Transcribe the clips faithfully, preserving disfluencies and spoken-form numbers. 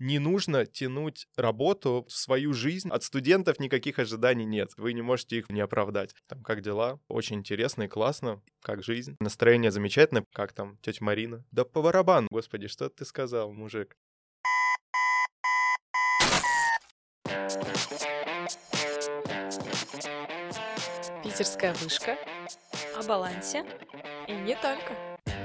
не нужно тянуть работу в свою жизнь. От студентов никаких ожиданий нет. Вы не можете их не оправдать. Там, как дела? Очень интересно и классно. Как жизнь? Настроение замечательное. Как там тетя Марина? Да по барабану. Господи, что ты сказал, мужик? Питерская вышка. О балансе. И не только.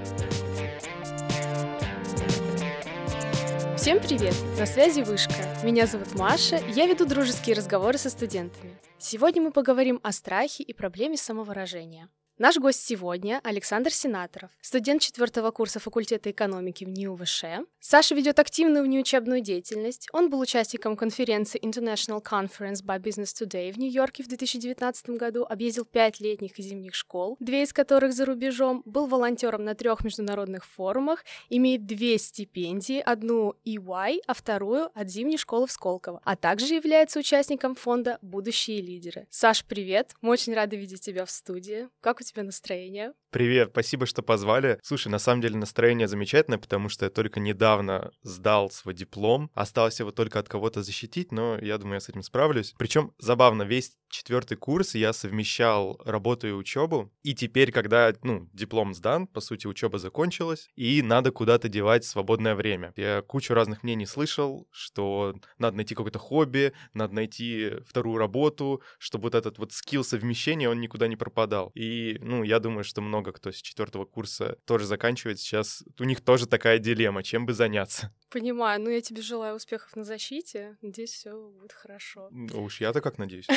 Всем привет! На связи Вышка. Меня зовут Маша, и я веду дружеские разговоры со студентами. Сегодня мы поговорим о страхе и проблеме самовыражения. Наш гость сегодня — Александр Сенаторов, студент четвертого курса факультета экономики в НИУ-ВШ. Саша ведет активную внеучебную деятельность. Он был участником конференции International Conference by Business Today в Нью-Йорке в две тысячи девятнадцатом году, объездил пять летних и зимних школ, две из которых за рубежом, был волонтером на трех международных форумах, имеет две стипендии, одну и уай, а вторую от зимней школы в Сколково, а также является участником фонда «Будущие лидеры». Саш, привет! Мы очень рады видеть тебя в студии. Как у тебя настроение? Привет, спасибо, что позвали. Слушай, на самом деле настроение замечательное, потому что я только недавно сдал свой диплом. Осталось его только от кого-то защитить, но я думаю, я с этим справлюсь. Причем забавно, весь четвертый курс я совмещал работу и учебу. И теперь, когда, ну, диплом сдан, по сути, учеба закончилась, и надо куда-то девать свободное время. Я кучу разных мнений слышал, что надо найти какое-то хобби, надо найти вторую работу, чтобы вот этот вот скилл совмещения, он никуда не пропадал. И, ну, я думаю, что много много кто с четвертого курса тоже заканчивает сейчас. У них тоже такая дилемма, чем бы заняться. Понимаю. Ну, я тебе желаю успехов на защите. Надеюсь, все будет хорошо. Ну, уж я-то как надеюсь.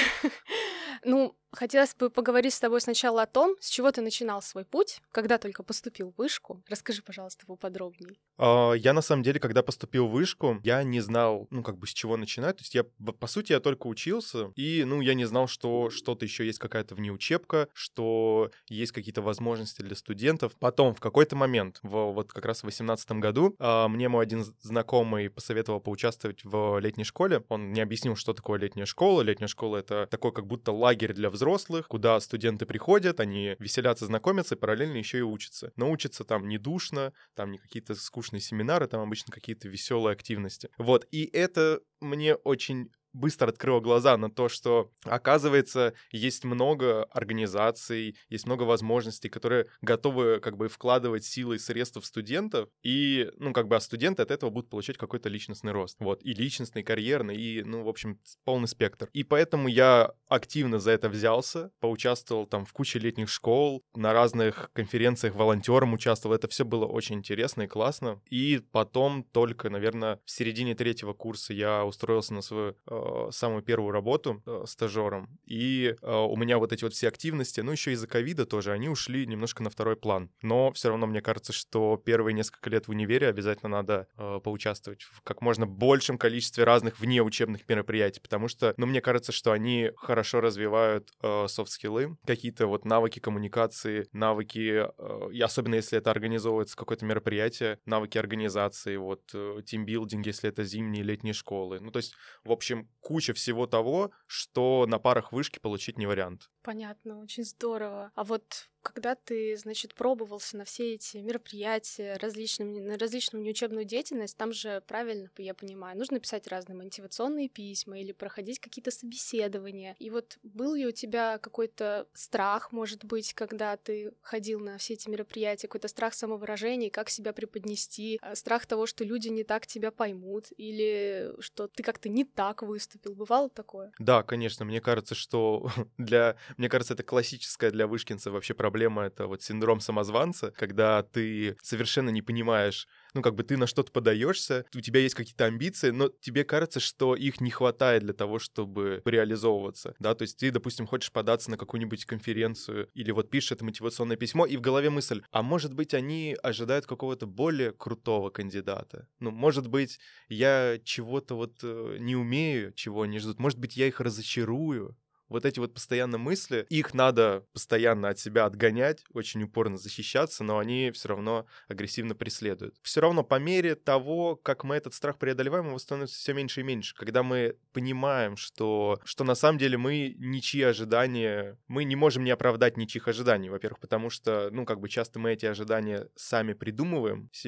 Ну, хотелось бы поговорить с тобой сначала о том, с чего ты начинал свой путь, когда только поступил в вышку. Расскажи, пожалуйста, поподробнее. Я, на самом деле, когда поступил в вышку, я не знал, ну, как бы, с чего начинать. То есть я, по сути, я только учился, и, ну, я не знал, что что-то еще есть какая-то внеучебка, что есть какие-то возможности для студентов. Потом, в какой-то момент, в, вот как раз в восемнадцатом году, мне мой один знакомый посоветовал поучаствовать в летней школе. Он мне объяснил, что такое летняя школа. Летняя школа — это такой как будто лагерь для взрослых, куда студенты приходят, они веселятся, знакомятся и параллельно еще и учатся. Но учатся там не душно, там не какие-то скучные семинары, там обычно какие-то веселые активности. Вот, и это мне очень быстро открыло глаза на то, что, оказывается, есть много организаций, есть много возможностей, которые готовы как бы вкладывать силы и средства в студентов, и, ну, как бы, а студенты от этого будут получать какой-то личностный рост. Вот, и личностный, и карьерный, и, ну, в общем, полный спектр. И поэтому я активно за это взялся, поучаствовал там в куче летних школ, на разных конференциях волонтером участвовал. Это все было очень интересно и классно. И потом только, наверное, в середине третьего курса я устроился на свою самую первую работу э, стажером, и э, у меня вот эти вот все активности, ну, еще из-за ковида тоже, они ушли немножко на второй план. Но все равно мне кажется, что первые несколько лет в универе обязательно надо э, поучаствовать в как можно большем количестве разных внеучебных мероприятий, потому что, ну, мне кажется, что они хорошо развивают э, софт-скиллы, какие-то вот навыки коммуникации, навыки, э, и особенно если это организовывается какое-то мероприятие, навыки организации, вот, э, тимбилдинг, если это зимние, летние школы. Ну, то есть, в общем, куча всего того, что на парах вышки получить не вариант. Понятно, очень здорово. А вот когда ты, значит, пробовался на все эти мероприятия, различные, на различную неучебную деятельность, там же, правильно я понимаю, нужно писать разные мотивационные письма или проходить какие-то собеседования. И вот был ли у тебя какой-то страх, может быть, когда ты ходил на все эти мероприятия, какой-то страх самовыражения, как себя преподнести, страх того, что люди не так тебя поймут, или что ты как-то не так выступил? Бывало такое? Да, конечно, мне кажется, что для... Мне кажется, это классическая для вышкинцев вообще проблема, это вот синдром самозванца, когда ты совершенно не понимаешь, ну, как бы ты на что-то подаешься, у тебя есть какие-то амбиции, но тебе кажется, что их не хватает для того, чтобы реализовываться, да, то есть ты, допустим, хочешь податься на какую-нибудь конференцию или вот пишешь это мотивационное письмо, и в голове мысль, а может быть, они ожидают какого-то более крутого кандидата, ну, может быть, я чего-то вот не умею, чего они ждут, может быть, я их разочарую. Вот эти вот постоянно мысли, их надо постоянно от себя отгонять, очень упорно защищаться, но они все равно агрессивно преследуют. Все равно по мере того, как мы этот страх преодолеваем, его становится все меньше и меньше. Когда мы понимаем, что, что на самом деле мы ничьи ожидания, мы не можем не оправдать ничьих ожиданий, во-первых, потому что, ну, как бы часто мы эти ожидания сами придумываем себе,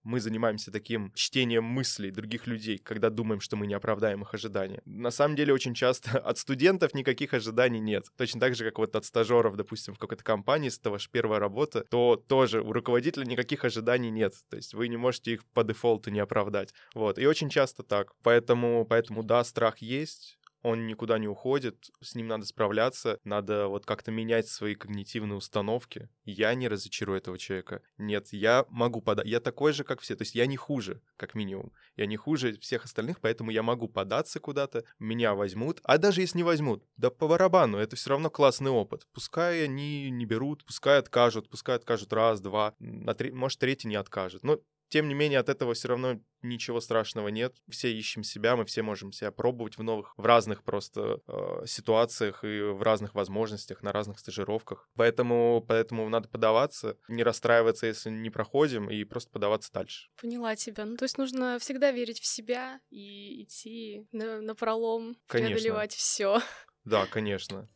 мы занимаемся таким чтением мыслей других людей, когда думаем, что мы не оправдаем их ожидания. На самом деле очень часто от студентов никаких ожиданий нет. Точно так же, как вот от стажеров, допустим, в какой-то компании, если это ваша первая работа, то тоже у руководителя никаких ожиданий нет. То есть вы не можете их по дефолту не оправдать. Вот. И очень часто так. Поэтому, поэтому да, страх есть. Он никуда не уходит, с ним надо справляться, надо вот как-то менять свои когнитивные установки. Я не разочарую этого человека. Нет, я могу подать. Я такой же, как все. То есть я не хуже, как минимум. Я не хуже всех остальных, поэтому я могу податься куда-то, меня возьмут. А даже если не возьмут, да по барабану, это все равно классный опыт. Пускай они не берут, пускай откажут, пускай откажут раз, два, на три, может, третий не откажет. Но тем не менее, от этого все равно ничего страшного нет. Все ищем себя, мы все можем себя пробовать в новых, в разных просто э, ситуациях и в разных возможностях, на разных стажировках. Поэтому, поэтому надо подаваться, не расстраиваться, если не проходим, и просто подаваться дальше. Поняла тебя. Ну, то есть нужно всегда верить в себя и идти на, напролом, Конечно. преодолевать все. Да, конечно.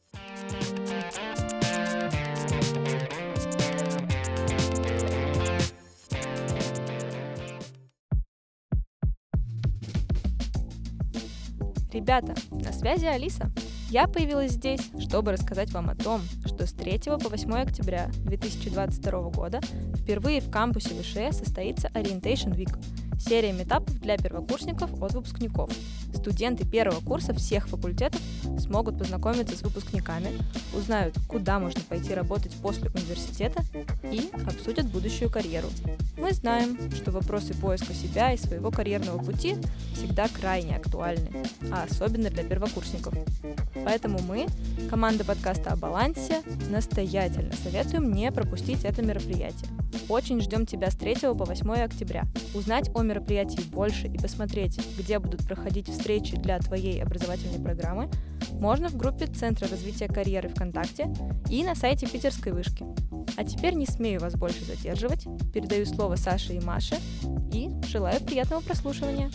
Ребята, на связи Алиса. Я появилась здесь, чтобы рассказать вам о том, что с третьего по восьмое октября две тысячи двадцать второго года впервые в кампусе ВШЭ состоится Orientation Week – серия митапов для первокурсников от выпускников. Студенты первого курса всех факультетов смогут познакомиться с выпускниками, узнают, куда можно пойти работать после университета и обсудят будущую карьеру. Мы знаем, что вопросы поиска себя и своего карьерного пути всегда крайне актуальны, а особенно для первокурсников. Поэтому мы, команда подкаста «О балансе», настоятельно советуем не пропустить это мероприятие. Очень ждем тебя с третьего по восьмое октября. Узнать о мероприятии больше и посмотреть, где будут проходить встречи для твоей образовательной программы, можно в группе Центра развития карьеры ВКонтакте и на сайте Питерской вышки. А теперь не смею вас больше задерживать, передаю слово Саше и Маше и желаю приятного прослушивания.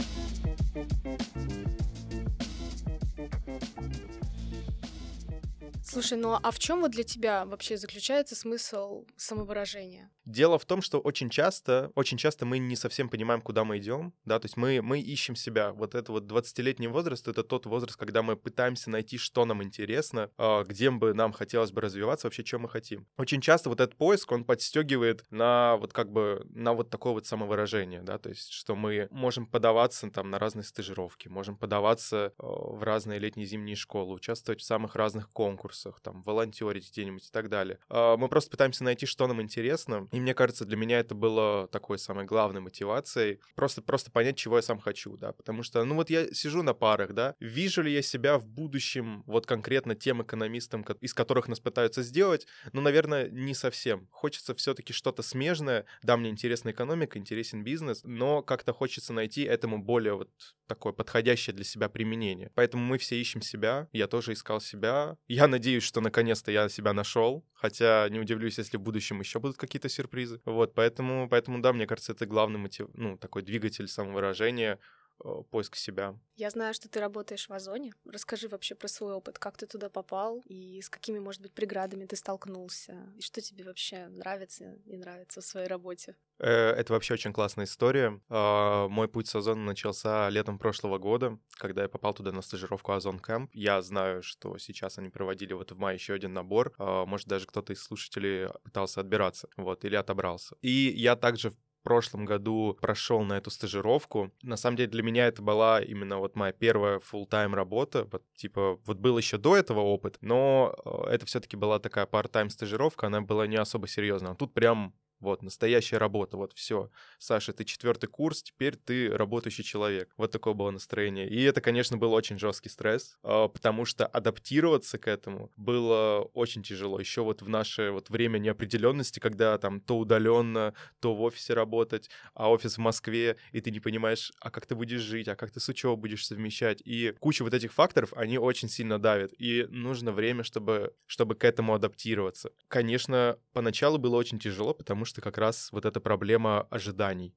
Слушай, ну а в чем вот для тебя вообще заключается смысл самовыражения? Дело в том, что очень часто, очень часто мы не совсем понимаем, куда мы идем, да, то есть мы, мы ищем себя. Вот это вот двадцатилетний возраст — это тот возраст, когда мы пытаемся найти, что нам интересно, где бы нам хотелось бы развиваться, вообще, что мы хотим. Очень часто вот этот поиск, он подстегивает на вот как бы, на вот такое вот самовыражение, да, то есть что мы можем подаваться там на разные стажировки, можем подаваться в разные летние зимние школы, участвовать в самых разных конкурсах, там, волонтерить где-нибудь и так далее. Мы просто пытаемся найти, что нам интересно. И мне кажется, для меня это было такой самой главной мотивацией. Просто, просто понять, чего я сам хочу, да. Потому что, ну вот я сижу на парах, да. Вижу ли я себя в будущем вот конкретно тем экономистом, из которых нас пытаются сделать? Ну, наверное, не совсем. Хочется все-таки что-то смежное. Да, мне интересна экономика, интересен бизнес, но как-то хочется найти этому более вот такое подходящее для себя применение. Поэтому мы все ищем себя. Я тоже искал себя. Я надеюсь, что наконец-то я себя нашел. Хотя не удивлюсь, если в будущем еще будут какие-то сюрпризы. Вот, поэтому, поэтому, да, мне кажется, это главный мотив, ну, такой двигатель самовыражения, поиск себя. Я знаю, что ты работаешь в Озоне. Расскажи вообще про свой опыт, как ты туда попал и с какими, может быть, преградами ты столкнулся, и что тебе вообще нравится, не нравится в своей работе. Это вообще очень классная история. Мой путь с Озоном начался летом прошлого года, когда я попал туда на стажировку Озон Camp. Я знаю, что сейчас они проводили вот в мае еще один набор. Может, даже кто-то из слушателей пытался отбираться, вот, или отобрался. И я также в В прошлом году прошел на эту стажировку. На самом деле для меня это была именно вот моя первая full-time работа. Вот, типа, вот был еще до этого опыт, но это все-таки была такая part-time стажировка, она была не особо серьезная. А тут прям вот настоящая работа, вот все. Саша, ты четвертый курс, теперь ты работающий человек. Вот такое было настроение. И это, конечно, был очень жесткий стресс, потому что адаптироваться к этому было очень тяжело. Еще вот в наше вот время неопределенности, когда там то удаленно, то в офисе работать, а офис в Москве, и ты не понимаешь, а как ты будешь жить, а как ты с учебой будешь совмещать. И куча вот этих факторов, они очень сильно давят. И нужно время, чтобы, чтобы к этому адаптироваться. Конечно, поначалу было очень тяжело, потому что как раз вот эта проблема ожиданий.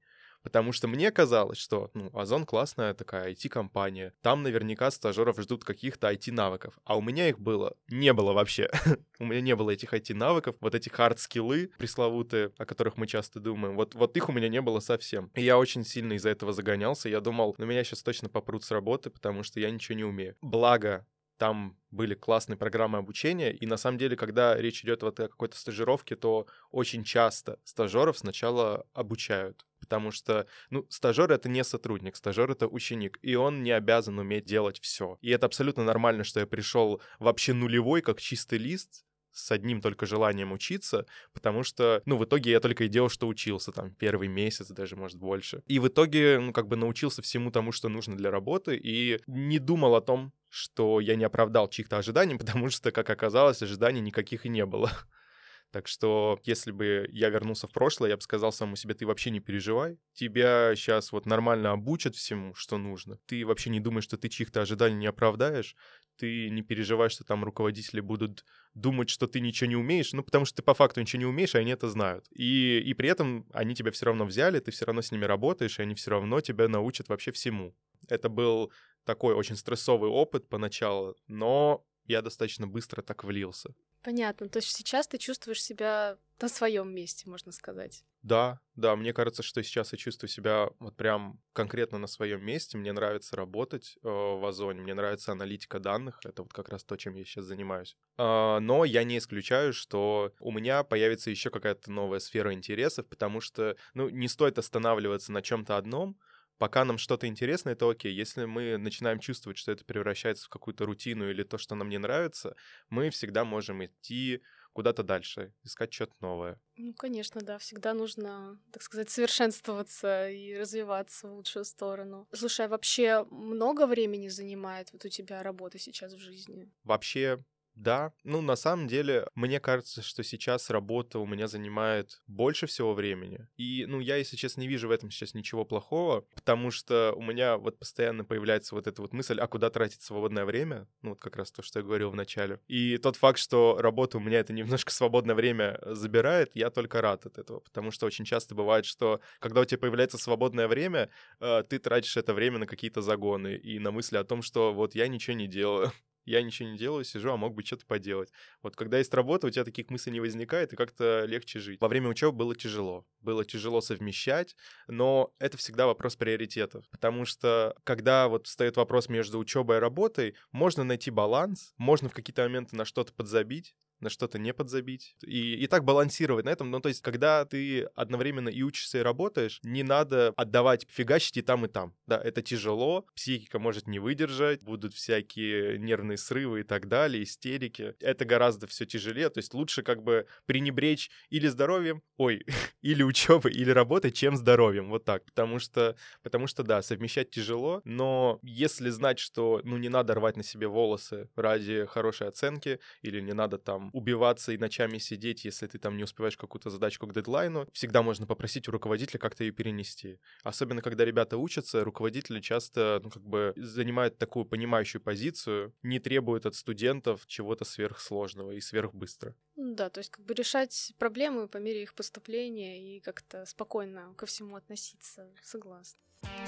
Потому что мне казалось, что, ну, Озон классная такая ай ти-компания, там наверняка стажеров ждут каких-то ай ти-навыков, а у меня их было, не было вообще. У меня не было этих ай ти-навыков, вот эти хард-скиллы пресловутые, о которых мы часто думаем, вот, вот их у меня не было совсем. И я очень сильно из-за этого загонялся, я думал, ну, меня сейчас точно попрут с работы, потому что я ничего не умею. Благо, там были классные программы обучения, и на самом деле, когда речь идет вот о какой-то стажировке, то очень часто стажеров сначала обучают, потому что, ну, стажер — это не сотрудник, стажер — это ученик, и он не обязан уметь делать все. И это абсолютно нормально, что я пришел вообще нулевой, как чистый лист, с одним только желанием учиться, потому что, ну, в итоге я только и делал, что учился, там, первый месяц, даже, может, больше. И в итоге, ну, как бы научился всему тому, что нужно для работы, и не думал о том, что я не оправдал чьих-то ожиданий, потому что, как оказалось, ожиданий никаких и не было. Так что, если бы я вернулся в прошлое, я бы сказал самому себе: ты вообще не переживай, тебя сейчас вот нормально обучат всему, что нужно. Ты вообще не думаешь, что ты чьих-то ожиданий не оправдаешь, ты не переживаешь, что там руководители будут думать, что ты ничего не умеешь, ну, потому что ты по факту ничего не умеешь, и они это знают. И, и при этом они тебя все равно взяли, ты все равно с ними работаешь, и они все равно тебя научат вообще всему. Это был такой очень стрессовый опыт поначалу, но я достаточно быстро так влился. Понятно. То есть сейчас ты чувствуешь себя на своем месте, можно сказать. Да, да, мне кажется, что сейчас я чувствую себя вот прям конкретно на своем месте. Мне нравится работать э, в Озоне, мне нравится аналитика данных. Это вот как раз то, чем я сейчас занимаюсь. А, но я не исключаю, что у меня появится еще какая-то новая сфера интересов, потому что, ну, не стоит останавливаться на чем-то одном. Пока нам что-то интересно, это окей. Если мы начинаем чувствовать, что это превращается в какую-то рутину или то, что нам не нравится, мы всегда можем идти куда-то дальше, искать что-то новое. Ну, конечно, да. Всегда нужно, так сказать, совершенствоваться и развиваться в лучшую сторону. Слушай, а вообще много времени занимает вот у тебя работа сейчас в жизни? Вообще, да. Ну, на самом деле, мне кажется, что сейчас работа у меня занимает больше всего времени. И, ну, я, если честно, не вижу в этом сейчас ничего плохого, потому что у меня вот постоянно появляется вот эта вот мысль, а куда тратить свободное время? Ну, вот как раз то, что я говорил в начале. И тот факт, что работа у меня это немножко свободное время забирает, я только рад от этого, потому что очень часто бывает, что когда у тебя появляется свободное время, ты тратишь это время на какие-то загоны и на мысли о том, что вот я ничего не делаю. Я ничего не делаю, сижу, а мог бы что-то поделать. Вот когда есть работа, у тебя таких мыслей не возникает, и как-то легче жить. Во время учебы было тяжело. Было тяжело совмещать, но это всегда вопрос приоритетов. Потому что, когда вот встает вопрос между учебой и работой, можно найти баланс, можно в какие-то моменты на что-то подзабить, на что-то не подзабить. И, и так балансировать на этом. Ну, то есть, когда ты одновременно и учишься, и работаешь, не надо отдавать, фигачить и там, и там. Да, это тяжело, психика может не выдержать, будут всякие нервные срывы и так далее, истерики. Это гораздо все тяжелее. То есть, лучше как бы пренебречь или здоровьем, ой, или учебой, или работой, чем здоровьем. Вот так. Потому что, потому что, да, совмещать тяжело, но если знать, что, ну, не надо рвать на себе волосы ради хорошей оценки, или не надо там убиваться и ночами сидеть, если ты там не успеваешь какую-то задачку к дедлайну, всегда можно попросить у руководителя как-то ее перенести. Особенно, когда ребята учатся, руководители часто, ну, как бы занимают такую понимающую позицию, не требуют от студентов чего-то сверхсложного и сверхбыстро. Да, то есть как бы решать проблемы по мере их поступления и как-то спокойно ко всему относиться. Согласна.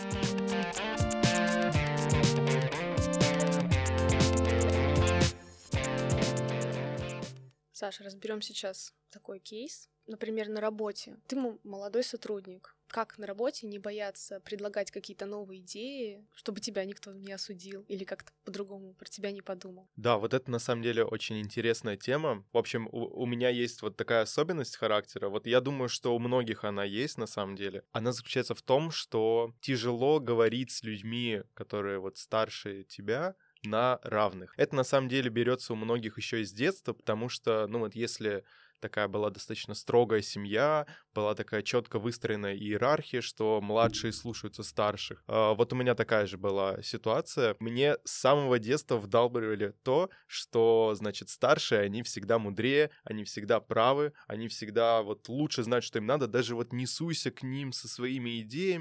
Саша, разберем сейчас такой кейс. Например, на работе. Ты молодой сотрудник. Как на работе не бояться предлагать какие-то новые идеи, чтобы тебя никто не осудил или как-то по-другому про тебя не подумал? Да, вот это на самом деле очень интересная тема. В общем, у, у меня есть вот такая особенность характера. Вот я думаю, что у многих она есть на самом деле. Она заключается в том, что тяжело говорить с людьми, которые вот старше тебя, на равных. Это на самом деле берется у многих еще из детства, потому что, ну вот если такая была достаточно строгая семья, была такая четко выстроенная иерархия, что младшие слушаются старших. Вот у меня такая же была ситуация. Мне с самого детства вдалбливали то, что, значит, старшие, они всегда мудрее, они всегда правы, они всегда вот лучше знают, что им надо, даже вот не суйся к ним со своими идеями,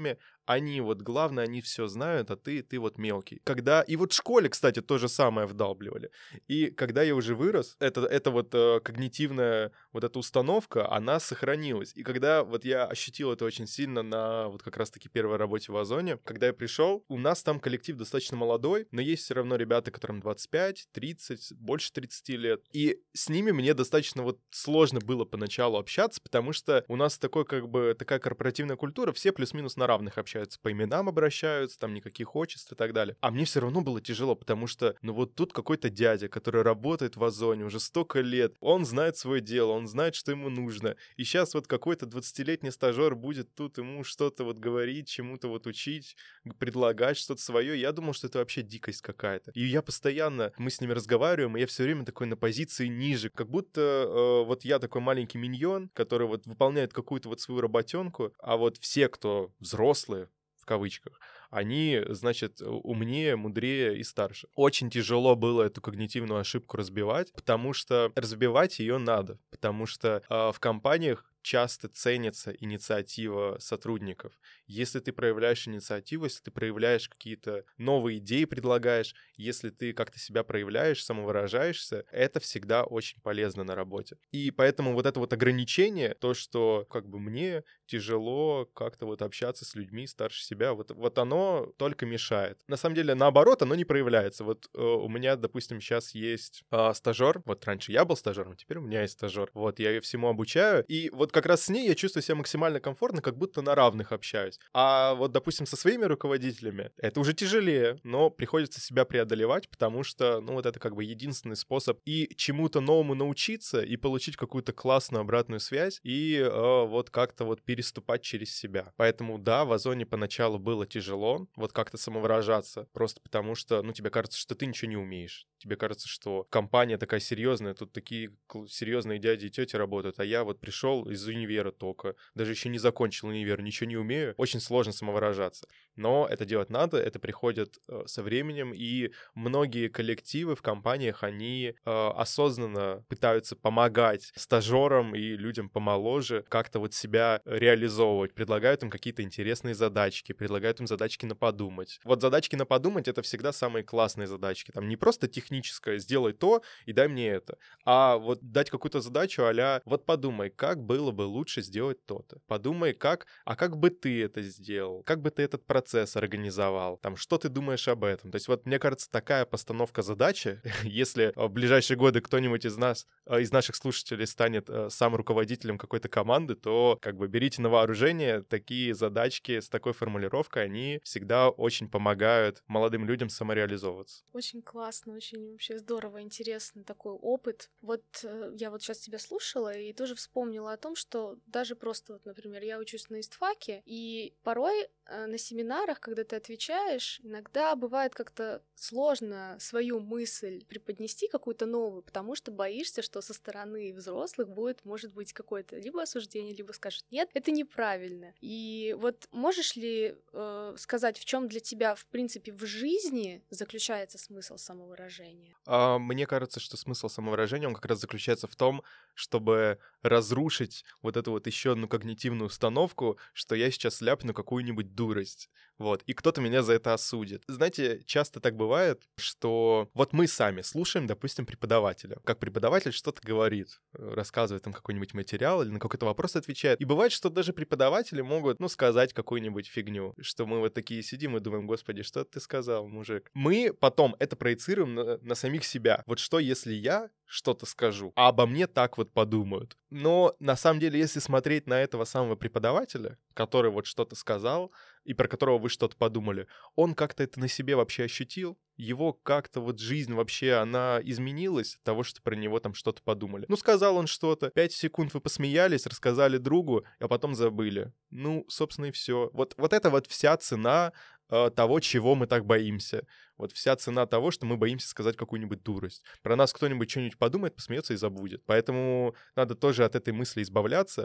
они вот главное, они все знают, а ты, ты вот мелкий. Когда... И вот в школе, кстати, то же самое вдалбливали. И когда я уже вырос, это, это вот э, когнитивная вот эта установка, она сохранилась. И когда вот я ощутил это очень сильно на вот как раз-таки первой работе в Озоне, когда я пришел, у нас там коллектив достаточно молодой, но есть все равно ребята, которым двадцать пять, тридцать, больше тридцати лет. И с ними мне достаточно вот сложно было поначалу общаться, потому что у нас такой как бы такая корпоративная культура, все плюс-минус на равных общаются, по именам обращаются, там никаких отчеств и так далее. А мне все равно было тяжело, потому что, ну вот тут какой-то дядя, который работает в Озоне уже столько лет, он знает свое дело, он знает, что ему нужно. И сейчас вот какой-то двадцатилетний стажер будет тут ему что-то вот говорить, чему-то вот учить, предлагать что-то свое. Я думал, что это вообще дикость какая-то. И я постоянно, мы с ними разговариваем, и я все время такой на позиции ниже, как будто э, вот я такой маленький миньон, который вот выполняет какую-то вот свою работенку, а вот все, кто взрослые, в кавычках, они, значит, умнее, мудрее и старше. Очень тяжело было эту когнитивную ошибку разбивать, потому что разбивать ее надо, потому что э, в компаниях часто ценится инициатива сотрудников. Если ты проявляешь инициативу, если ты проявляешь какие-то новые идеи, предлагаешь, если ты как-то себя проявляешь, самовыражаешься, это всегда очень полезно на работе. И поэтому вот это вот ограничение, то, что как бы мне тяжело как-то вот общаться с людьми старше себя, вот, вот оно только мешает. На самом деле, наоборот, оно не проявляется. Вот э, у меня, допустим, сейчас есть э, стажер, вот раньше я был стажером, теперь у меня есть стажер. Вот, я ее всему обучаю, и вот как раз с ней я чувствую себя максимально комфортно, как будто на равных общаюсь. А вот, допустим, со своими руководителями это уже тяжелее, но приходится себя преодолевать, потому что, ну, вот это как бы единственный способ и чему-то новому научиться, и получить какую-то классную обратную связь, и э, вот как-то вот переступать через себя. Поэтому, да, в Озоне поначалу было тяжело вот как-то самовыражаться, просто потому что, ну, тебе кажется, что ты ничего не умеешь. Тебе кажется, что компания такая серьезная, тут такие серьезные дяди и тети работают, а я вот пришел из универа только, даже еще не закончил универ, ничего не умею, очень сложно самовыражаться. Но это делать надо, это приходит э, со временем, и многие коллективы в компаниях, они э, осознанно пытаются помогать стажерам и людям помоложе как-то вот себя реализовывать, предлагают им какие-то интересные задачки, предлагают им задачки на подумать. Вот задачки на подумать — это всегда самые классные задачки. Там не просто техническое «сделай то и дай мне это», а вот дать какую-то задачу а-ля «вот подумай, как было бы лучше сделать то-то». Подумай, как, а как бы ты это сделал? Как бы ты этот процесс организовал? Там, что ты думаешь об этом? То есть вот, мне кажется, такая постановка задачи, если в ближайшие годы кто-нибудь из нас, из наших слушателей станет сам руководителем какой-то команды, то как бы берите на вооружение такие задачки с такой формулировкой, они всегда очень помогают молодым людям самореализовываться. Очень классно, очень вообще здорово, интересно такой опыт. Вот э, я вот сейчас тебя слушала и тоже вспомнила о том, что даже просто, вот, например, я учусь на истфаке, и порой э, на семинарах, когда ты отвечаешь, иногда бывает как-то сложно свою мысль преподнести какую-то новую, потому что боишься, что со стороны взрослых будет, может быть, какое-то либо осуждение, либо скажут, нет, это неправильно. И вот можешь ли э, сказать, в чем для тебя, в принципе, в жизни заключается смысл самовыражения? А, мне кажется, что смысл самовыражения, он как раз заключается в том, чтобы разрушить вот эту вот еще одну когнитивную установку, что я сейчас ляпну какую-нибудь дурость, вот, и кто-то меня за это осудит. Знаете, часто так бывает, что вот мы сами слушаем, допустим, преподавателя, как преподаватель что-то говорит, рассказывает им какой-нибудь материал или на какой-то вопрос отвечает, и бывает, что даже преподаватели могут, ну, сказать какую-нибудь фигню, что мы вот такие сидим и думаем, господи, что ты сказал, мужик? Мы потом это проецируем на, на самих себя. Вот что, если я что-то скажу, а обо мне так вот подумают? Но на самом деле, если смотреть на этого самого преподавателя, который вот что-то сказал, и про которого вы что-то подумали, он как-то это на себе вообще ощутил, его как-то вот жизнь вообще, она изменилась от того, что про него там что-то подумали. Ну, сказал он что-то, пять секунд вы посмеялись, рассказали другу, а потом забыли. Ну, собственно, и все. Вот, вот это вот вся цена э, того, чего мы так боимся. Вот вся цена того, что мы боимся сказать какую-нибудь дурость. Про нас кто-нибудь что-нибудь подумает, посмеется и забудет. Поэтому надо тоже от этой мысли избавляться.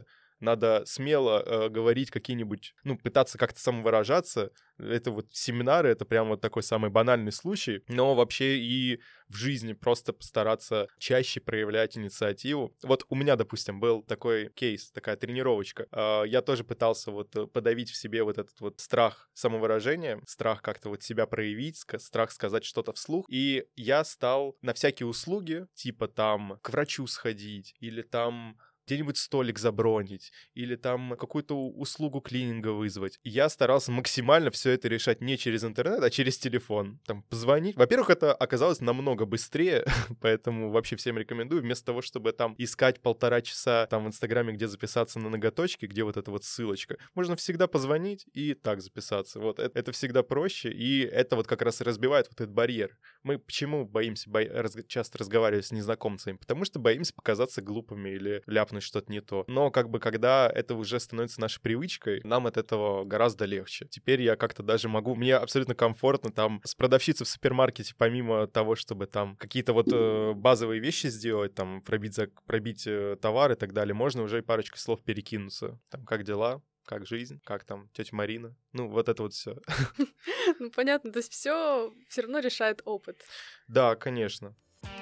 надо смело э, говорить какие-нибудь, ну, пытаться как-то самовыражаться. Это вот семинары, это прям вот такой самый банальный случай, но вообще и в жизни просто постараться чаще проявлять инициативу. Вот у меня, допустим, был такой кейс, такая тренировочка. Я тоже пытался вот подавить в себе вот этот вот страх самовыражения, страх как-то вот себя проявить, страх сказать что-то вслух. И я стал на всякие услуги, типа там к врачу сходить или там где-нибудь столик забронить или там какую-то услугу клининга вызвать. И я старался максимально все это решать не через интернет, а через телефон. Там позвонить. Во-первых, это оказалось намного быстрее, поэтому вообще всем рекомендую. Вместо того, чтобы там искать полтора часа там в Инстаграме, где записаться на ноготочки, где вот эта вот ссылочка, можно всегда позвонить и так записаться. Вот это, это всегда проще, и это вот как раз и разбивает вот этот барьер. Мы почему боимся бо... раз... часто разговаривать с незнакомцами? Потому что боимся показаться глупыми или ляпнуть что-то не то. Но как бы когда это уже становится нашей привычкой, нам от этого гораздо легче. Теперь я как-то даже могу, мне абсолютно комфортно там с продавщицей в супермаркете, помимо того, чтобы там какие-то вот э, базовые вещи сделать, там пробить, за, пробить э, товар и так далее, можно уже и парочкой слов перекинуться. Там, как дела? Как жизнь, как там тетя Марина. Ну, вот это вот все. Ну, понятно, то есть все все равно решает опыт. Да, конечно.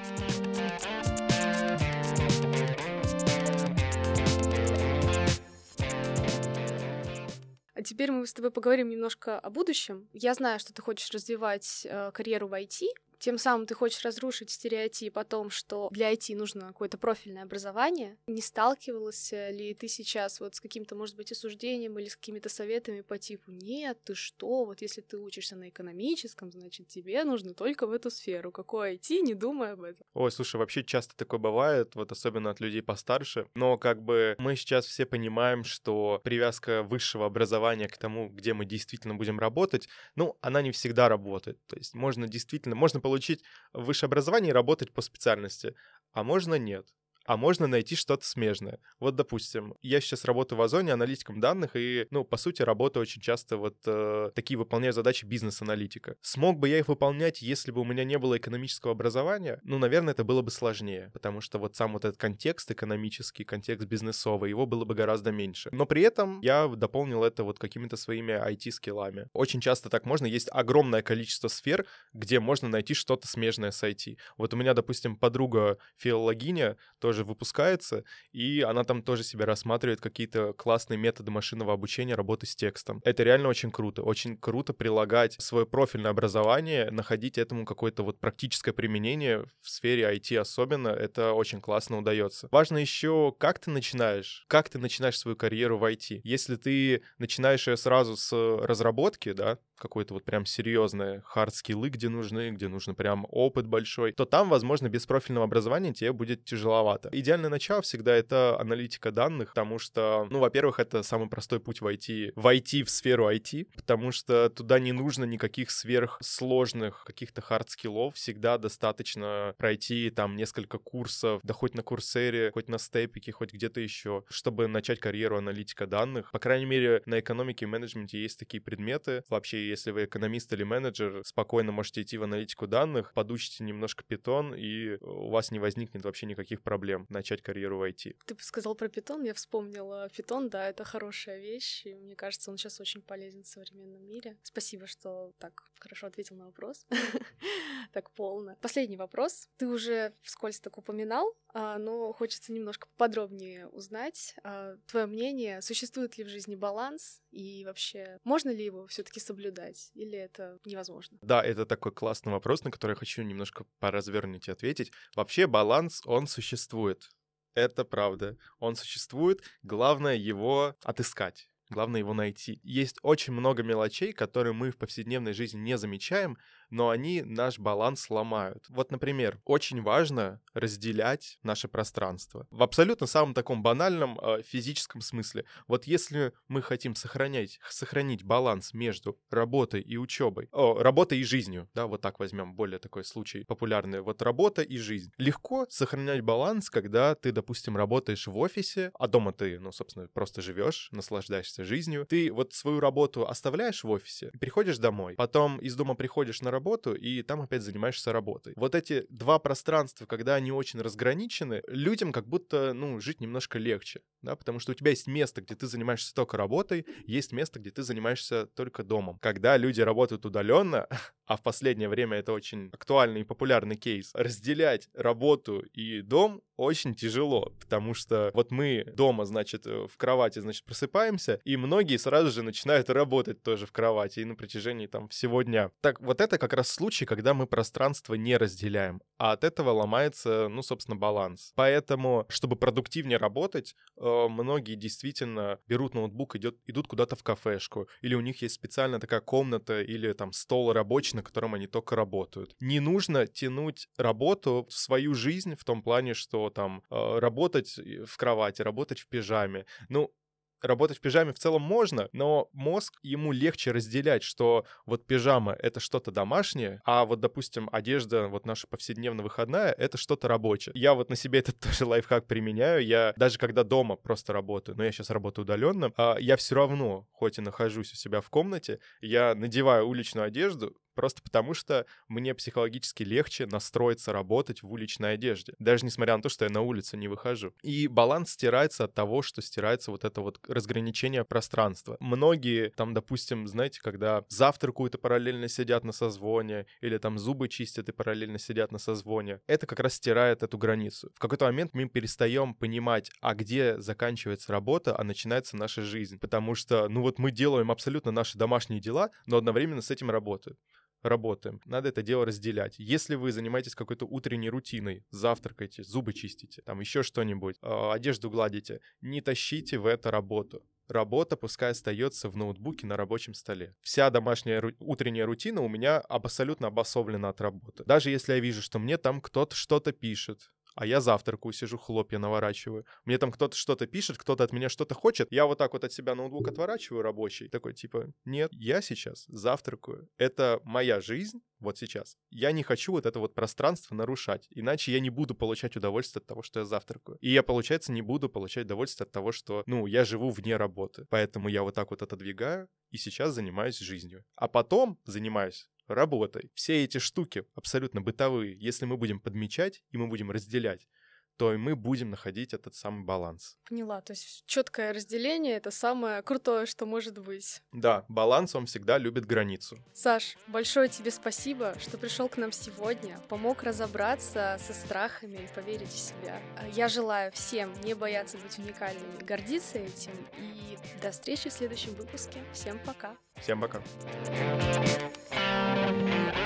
А теперь мы с тобой поговорим немножко о будущем. Я знаю, что ты хочешь развивать э, карьеру в ай ти. Тем самым ты хочешь разрушить стереотип о том, что для ай ти нужно какое-то профильное образование. Не сталкивалась ли ты сейчас вот с каким-то, может быть, осуждением или с какими-то советами по типу «Нет, ты что, вот если ты учишься на экономическом, значит, тебе нужно только в эту сферу. Какой ай ти, не думай об этом». Ой, слушай, вообще часто такое бывает, вот особенно от людей постарше. Но как бы мы сейчас все понимаем, что привязка высшего образования к тому, где мы действительно будем работать, ну, она не всегда работает. То есть можно действительно, можно получить получить высшее образование и работать по специальности, а можно нет. А можно найти что-то смежное. Вот, допустим, я сейчас работаю в Озоне аналитиком данных, и, ну, по сути, работаю очень часто вот э, такие выполняю задачи бизнес-аналитика. Смог бы я их выполнять, если бы у меня не было экономического образования? Ну, наверное, это было бы сложнее, потому что вот сам вот этот контекст экономический, контекст бизнесовый, его было бы гораздо меньше. Но при этом я дополнил это вот какими-то своими ай ти-скиллами. Очень часто так можно. Есть огромное количество сфер, где можно найти что-то смежное с ай ти. Вот у меня, допустим, подруга филологиня, тоже выпускается, и она там тоже себя рассматривает какие-то классные методы машинного обучения работы с текстом. Это реально очень круто. Очень круто прилагать свое профильное образование, находить этому какое-то вот практическое применение в сфере ай ти особенно. Это очень классно удается. Важно еще, как ты начинаешь, как ты начинаешь свою карьеру в ай ти. Если ты начинаешь ее сразу с разработки, да, какой-то вот прям серьезные хард-скиллы, где нужны, где нужно прям опыт большой, то там, возможно, без профильного образования тебе будет тяжеловато. Идеальное начало всегда это аналитика данных, потому что, ну, во-первых, это самый простой путь в ай ти, в ай ти, в сферу ай ти, потому что туда не нужно никаких сверхсложных каких-то хард-скиллов, всегда достаточно пройти там несколько курсов, да хоть на Курсере, хоть на Степике, хоть где-то еще, чтобы начать карьеру аналитика данных. По крайней мере, на экономике и менеджменте есть такие предметы. Вообще, если вы экономист или менеджер, спокойно можете идти в аналитику данных, подучите немножко Python, и у вас не возникнет вообще никаких проблем начать карьеру в ай ти. Ты сказал про Python, я вспомнила Python, да, это хорошая вещь, и мне кажется, он сейчас очень полезен в современном мире. Спасибо, что так хорошо ответил на вопрос. Так полно. Последний вопрос. Ты уже вскользь так упоминал, но хочется немножко подробнее узнать твое мнение. Существует ли в жизни баланс, и вообще можно ли его все-таки соблюдать? Или это невозможно? Да, это такой классный вопрос, на который я хочу немножко поразвернуть и ответить. Вообще баланс, он существует. Это правда. Он существует. Главное его отыскать. Главное его найти. Есть очень много мелочей, которые мы в повседневной жизни не замечаем, но они наш баланс ломают. Вот, например, очень важно разделять наше пространство. В абсолютно самом таком банальном э, физическом смысле. Вот если мы хотим сохранять, сохранить баланс между работой и учебой, о, работой и жизнью, да, вот так возьмем более такой случай популярный, вот работа и жизнь. Легко сохранять баланс, когда ты, допустим, работаешь в офисе, а дома ты, ну, собственно, просто живешь, наслаждаешься занимаешься жизнью. Ты вот свою работу оставляешь в офисе, приходишь домой, потом из дома приходишь на работу, и там опять занимаешься работой. Вот эти два пространства, когда они очень разграничены, людям как будто, ну, жить немножко легче, да, потому что у тебя есть место, где ты занимаешься только работой, есть место, где ты занимаешься только домом. Когда люди работают удаленно, а в последнее время это очень актуальный и популярный кейс, разделять работу и дом очень тяжело, потому что вот мы дома, значит, в кровати, значит, просыпаемся, и многие сразу же начинают работать тоже в кровати и на протяжении там всего дня. Так вот это как раз случай, когда мы пространство не разделяем, а от этого ломается, ну, собственно, баланс. Поэтому, чтобы продуктивнее работать, многие действительно берут ноутбук, идет, идут куда-то в кафешку, или у них есть специальная такая комната или там стол рабочий, на котором они только работают. Не нужно тянуть работу в свою жизнь в том плане, что там э, работать в кровати, работать в пижаме. Ну, работать в пижаме в целом можно, но мозг, ему легче разделять, что вот пижама — это что-то домашнее, а вот, допустим, одежда, вот наша повседневно выходная — это что-то рабочее. Я вот на себе этот тоже лайфхак применяю. Я даже когда дома просто работаю, но я сейчас работаю удаленно, я все равно, хоть и нахожусь у себя в комнате, я надеваю уличную одежду, просто потому что мне психологически легче настроиться работать в уличной одежде, даже несмотря на то, что я на улицу не выхожу. И баланс стирается от того, что стирается вот это вот разграничение пространства. Многие там, допустим, знаете, когда завтракают и параллельно сидят на созвоне, или там зубы чистят и параллельно сидят на созвоне, это как раз стирает эту границу. В какой-то момент мы перестаем понимать, а где заканчивается работа, а начинается наша жизнь. Потому что, ну вот мы делаем абсолютно наши домашние дела, но одновременно с этим работаем. Работаем. Надо это дело разделять. Если вы занимаетесь какой-то утренней рутиной, завтракаете, зубы чистите, там еще что-нибудь, э, одежду гладите, не тащите в это работу. Работа пускай остается в ноутбуке на рабочем столе. Вся домашняя ру- утренняя рутина у меня абсолютно обособлена от работы. Даже если я вижу, что мне там кто-то что-то пишет, а я завтракаю, сижу, хлопья наворачиваю. Мне там кто-то что-то пишет, кто-то от меня что-то хочет. Я вот так вот от себя ноутбук отворачиваю рабочий. Такой типа, нет, я сейчас завтракаю. Это моя жизнь вот сейчас. Я не хочу вот это вот пространство нарушать. Иначе я не буду получать удовольствие от того, что я завтракаю. И я, получается, не буду получать удовольствие от того, что, ну, я живу вне работы. Поэтому я вот так вот отодвигаю и сейчас занимаюсь жизнью. А потом занимаюсь работой. Все эти штуки абсолютно бытовые, если мы будем подмечать и мы будем разделять, то и мы будем находить этот самый баланс. Поняла, то есть четкое разделение — это самое крутое, что может быть. Да, баланс, он всегда любит границу. Саш, большое тебе спасибо, что пришел к нам сегодня, помог разобраться со страхами и поверить в себя. Я желаю всем не бояться быть уникальными, гордиться этим, и до встречи в следующем выпуске. Всем пока. Всем пока. Thank you.